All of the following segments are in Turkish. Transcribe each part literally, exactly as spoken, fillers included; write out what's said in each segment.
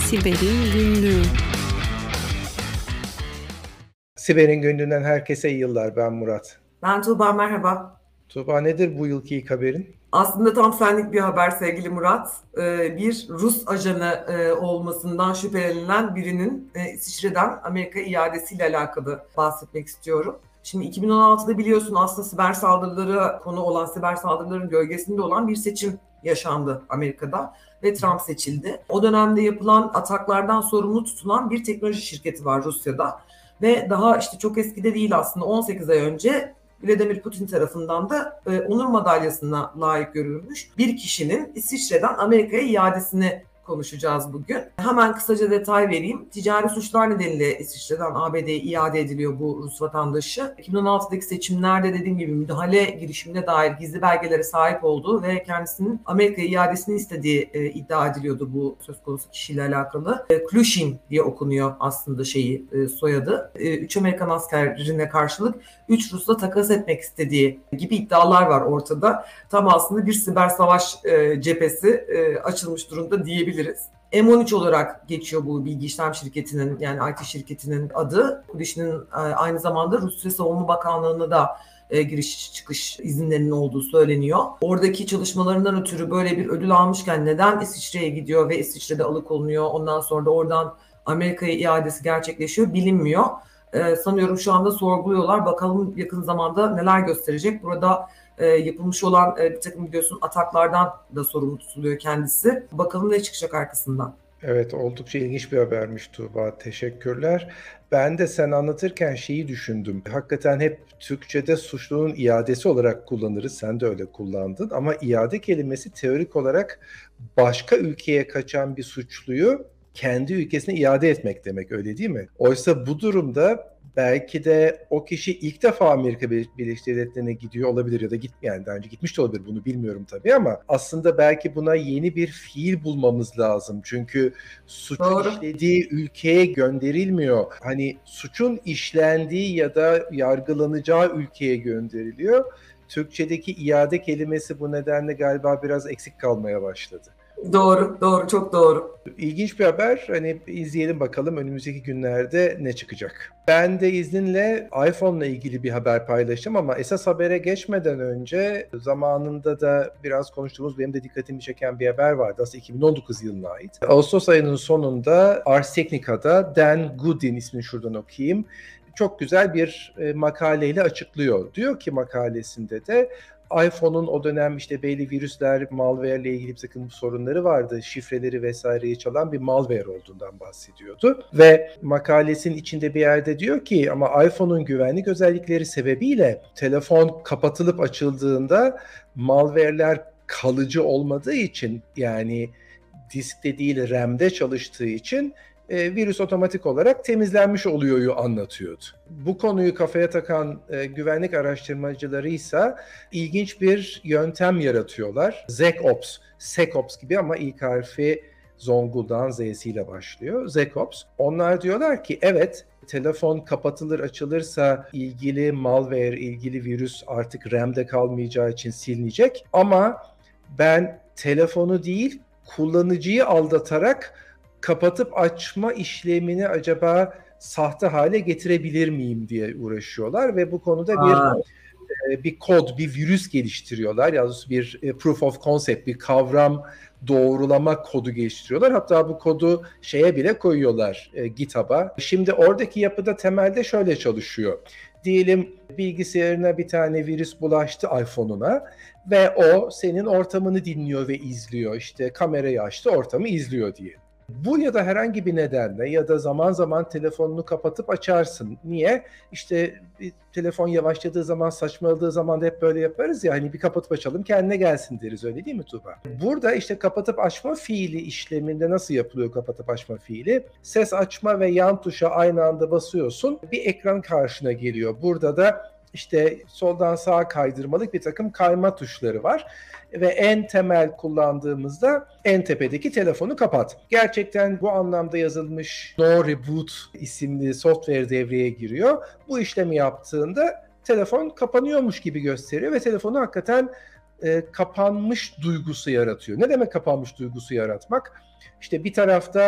Siber'in Günlüğü. Siber'in Günlüğü'nden herkese iyi yıllar. Ben Murat. Ben Tuğba, merhaba. Tuğba, nedir bu yılki ilk haberin? Aslında tam senlik bir haber sevgili Murat. Ee, bir Rus ajanı e, olmasından şüphelenilen birinin e, İsviçre'den Amerika'ya iadesiyle alakalı bahsetmek istiyorum. Şimdi iki bin on altıda biliyorsun aslında siber saldırıları konu olan, siber saldırıların gölgesinde olan bir seçim yaşandı Amerika'da ve Trump seçildi. O dönemde yapılan ataklardan sorumlu tutulan bir teknoloji şirketi var Rusya'da. Ve daha işte çok eskide değil aslında on sekiz ay önce Vladimir Putin tarafından da e, onur madalyasına layık görülmüş bir kişinin İsviçre'den Amerika'ya iadesini konuşacağız bugün. Hemen kısaca detay vereyim. Ticari suçlar nedeniyle İsviçre'den A B D'ye iade ediliyor bu Rus vatandaşı. iki bin on altıdaki seçimlerde dediğim gibi müdahale girişimine dair gizli belgelere sahip olduğu ve kendisinin Amerika'ya iadesini istediği e, iddia ediliyordu bu söz konusu kişiyle alakalı. E, Klushin diye okunuyor aslında şeyi e, soyadı. E, üç Amerikan askerine karşılık üç Rus'la takas etmek istediği gibi iddialar var ortada. Tam aslında bir siber savaş e, cephesi e, açılmış durumda diyebiliriz. M on üç olarak geçiyor bu bilgi işlem şirketinin, yani I T şirketinin adı. Kudiş'in e, aynı zamanda Rusya Savunma Bakanlığı'na da e, giriş çıkış izinlerinin olduğu söyleniyor. Oradaki çalışmalarından ötürü böyle bir ödül almışken neden İsviçre'ye gidiyor ve İsviçre'de alıkonuyor? Ondan sonra da oradan Amerika'ya iadesi gerçekleşiyor bilinmiyor. Ee, sanıyorum şu anda sorguluyorlar. Bakalım yakın zamanda neler gösterecek. Burada e, yapılmış olan e, bir takım biliyorsun ataklardan da sorumlu tutuluyor kendisi. Bakalım ne çıkacak arkasından. Evet, oldukça ilginç bir habermiş Tuğba. Teşekkürler. Ben de sen anlatırken şeyi düşündüm. Hakikaten hep Türkçe'de suçlunun iadesi olarak kullanırız. Sen de öyle kullandın. Ama iade kelimesi teorik olarak başka ülkeye kaçan bir suçluyu kendi ülkesine iade etmek demek, öyle değil mi? Oysa bu durumda belki de o kişi ilk defa Amerika Birleşik Devletleri'ne gidiyor olabilir ya da gitmeyen, daha önce gitmiş de olabilir, bunu bilmiyorum tabii, ama aslında belki buna yeni bir fiil bulmamız lazım. Çünkü suçu Doğru. işlediği ülkeye gönderilmiyor. Hani suçun işlendiği ya da yargılanacağı ülkeye gönderiliyor. Türkçedeki iade kelimesi bu nedenle galiba biraz eksik kalmaya başladı. Doğru, doğru, çok doğru. İlginç bir haber. Hani izleyelim bakalım önümüzdeki günlerde ne çıkacak. Ben de izninle iPhone'la ilgili bir haber paylaşacağım ama esas habere geçmeden önce zamanında da biraz konuştuğumuz, benim de dikkatimi çeken bir haber vardı. Aslında iki bin on dokuz yılına ait. Ağustos ayının sonunda Ars Technica'da Dan Goodin, ismini şuradan okuyayım, çok güzel bir e, makaleyle açıklıyor. Diyor ki makalesinde de iPhone'un o dönem işte belli virüsler, malware ile ilgili bir takım sorunları vardı. Şifreleri vesaireyi çalan bir malware olduğundan bahsediyordu. Ve makalesinin içinde bir yerde diyor ki ama iPhone'un güvenlik özellikleri sebebiyle telefon kapatılıp açıldığında malware'ler kalıcı olmadığı için, yani diskte değil RAM'de çalıştığı için E, virüs otomatik olarak temizlenmiş oluyor'yu anlatıyordu. Bu konuyu kafaya takan e, güvenlik araştırmacıları ise ilginç bir yöntem yaratıyorlar. ZecOps, SecOps gibi ama ilk harfi Zonguldak'ın Z'siyle başlıyor. ZecOps. Onlar diyorlar ki evet, telefon kapatılır açılırsa ilgili malware, ilgili virüs artık RAM'de kalmayacağı için silinecek. Ama ben telefonu değil, kullanıcıyı aldatarak kapatıp açma işlemini acaba sahte hale getirebilir miyim diye uğraşıyorlar ve bu konuda bir e, bir kod, bir virüs geliştiriyorlar. Yani bir e, proof of concept, bir kavram doğrulama kodu geliştiriyorlar. Hatta bu kodu şeye bile koyuyorlar, e, GitHub'a. Şimdi oradaki yapıda temelde şöyle çalışıyor. Diyelim bilgisayarına bir tane virüs bulaştı, iPhone'una, ve o senin ortamını dinliyor ve izliyor. İşte kamerayı açtı, ortamı izliyor diye. Bu ya da herhangi bir nedenle ya da zaman zaman telefonunu kapatıp açarsın. Niye? İşte bir telefon yavaşladığı zaman, saçmaladığı zaman da hep böyle yaparız ya, hani bir kapatıp açalım kendine gelsin deriz, öyle değil mi Tuğba? Burada işte kapatıp açma fiili işleminde nasıl yapılıyor kapatıp açma fiili? Ses açma ve yan tuşa aynı anda basıyorsun. Bir ekran karşına geliyor. Burada da İşte soldan sağa kaydırmalık bir takım kayma tuşları var ve en temel kullandığımızda en tepedeki telefonu kapat. Gerçekten bu anlamda yazılmış No Reboot isimli software devreye giriyor. Bu işlemi yaptığında telefon kapanıyormuş gibi gösteriyor ve telefonu hakikaten e, kapanmış duygusu yaratıyor. Ne demek kapanmış duygusu yaratmak? İşte bir tarafta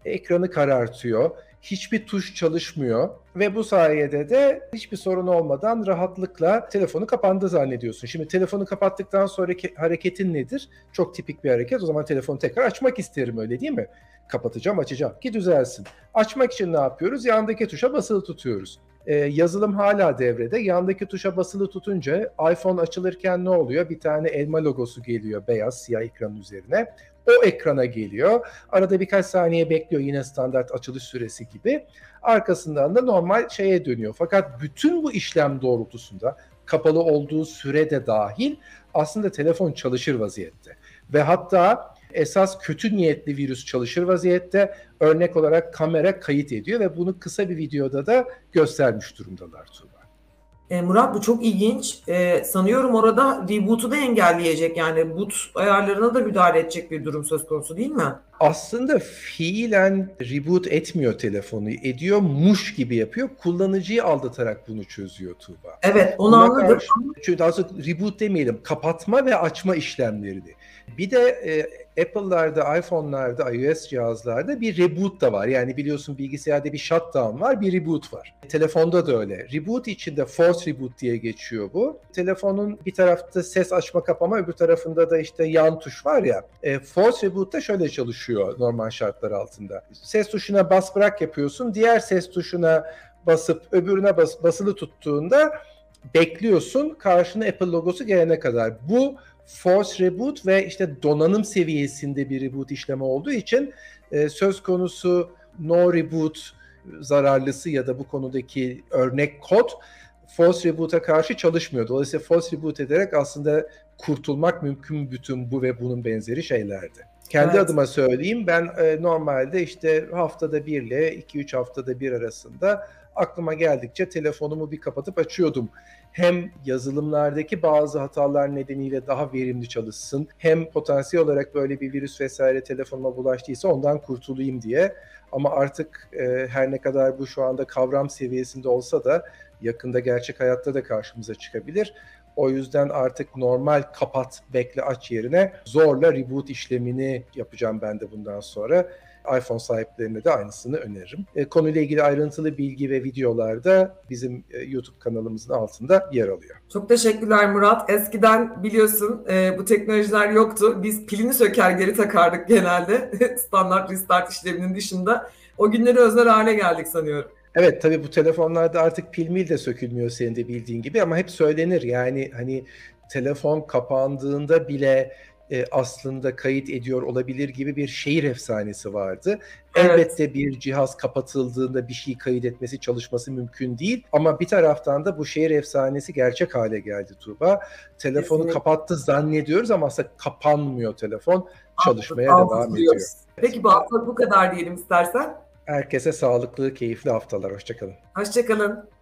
ekranı karartıyor. Hiçbir tuş çalışmıyor ve bu sayede de hiçbir sorun olmadan rahatlıkla telefonu kapandı zannediyorsun. Şimdi telefonu kapattıktan sonraki hareketin nedir? Çok tipik bir hareket. O zaman telefonu tekrar açmak isterim, öyle değil mi? Kapatacağım, açacağım ki düzelsin. Açmak için ne yapıyoruz? Yandaki tuşa basılı tutuyoruz. Ee, yazılım hala devrede. Yandaki tuşa basılı tutunca iPhone açılırken ne oluyor? Bir tane elma logosu geliyor beyaz siyah ekranın üzerine. O ekrana geliyor. Arada birkaç saniye bekliyor, yine standart açılış süresi gibi. Arkasından da normal şeye dönüyor. Fakat bütün bu işlem doğrultusunda kapalı olduğu sürede dahil aslında telefon çalışır vaziyette. Ve hatta esas kötü niyetli virüs çalışır vaziyette. Örnek olarak kamera kayıt ediyor ve bunu kısa bir videoda da göstermiş durumdalar Tuğba. E, Murat, bu çok ilginç. E, sanıyorum orada reboot'u da engelleyecek, yani boot ayarlarına da müdahale edecek bir durum söz konusu değil mi? Aslında fiilen reboot etmiyor telefonu, ediyormuş gibi yapıyor. Kullanıcıyı aldatarak bunu çözüyor Tuğba. Evet, onu Buna anladım. karşı, çünkü daha sonra reboot demeyelim, kapatma ve açma işlemlerini. Bir de e, Apple'larda, iPhone'larda, iOS cihazlarda bir reboot da var. Yani biliyorsun bilgisayarda bir shutdown var, bir reboot var. Telefonda da öyle. Reboot içinde force reboot diye geçiyor bu. Telefonun bir tarafta ses açma kapama, öbür tarafında da işte yan tuş var ya. E, force reboot da şöyle çalışıyor normal şartlar altında. Ses tuşuna bas bırak yapıyorsun. Diğer ses tuşuna basıp öbürüne bas, basılı tuttuğunda bekliyorsun karşına Apple logosu gelene kadar. Bu force reboot ve işte donanım seviyesinde bir reboot işlemi olduğu için e, söz konusu no reboot zararlısı ya da bu konudaki örnek kod force reboot'a karşı çalışmıyor. Dolayısıyla force reboot ederek aslında kurtulmak mümkün bütün bu ve bunun benzeri şeylerdi. Kendi Evet. adıma söyleyeyim, ben e, normalde işte haftada bir ile iki üç haftada bir arasında aklıma geldikçe telefonumu bir kapatıp açıyordum. Hem yazılımlardaki bazı hatalar nedeniyle daha verimli çalışsın, hem potansiyel olarak böyle bir virüs vesaire telefonuma bulaştıysa ondan kurtulayım diye. Ama artık e, her ne kadar bu şu anda kavram seviyesinde olsa da yakında gerçek hayatta da karşımıza çıkabilir. O yüzden artık normal kapat, bekle, aç yerine zorla reboot işlemini yapacağım ben de bundan sonra. iPhone sahiplerine de aynısını öneririm. E, konuyla ilgili ayrıntılı bilgi ve videolar da bizim e, YouTube kanalımızın altında yer alıyor. Çok teşekkürler Murat. Eskiden biliyorsun e, bu teknolojiler yoktu. Biz pilini söker geri takardık genelde. Standart restart işleminin dışında. O günleri özler hale geldik sanıyorum. Evet, tabii bu telefonlarda artık pil mil de sökülmüyor senin de bildiğin gibi, ama hep söylenir yani hani telefon kapandığında bile e, aslında kayıt ediyor olabilir gibi bir şehir efsanesi vardı. Evet. Elbette bir cihaz kapatıldığında bir şey kaydetmesi, çalışması mümkün değil, ama bir taraftan da bu şehir efsanesi gerçek hale geldi Tuğba. Telefonu Kesinlikle. kapattı zannediyoruz ama aslında kapanmıyor telefon, çalışmaya Altı devam tutuyoruz. ediyor. Peki bu hafta bu kadar diyelim istersen. Herkese sağlıklı, keyifli haftalar. Hoşça kalın. Hoşça kalın.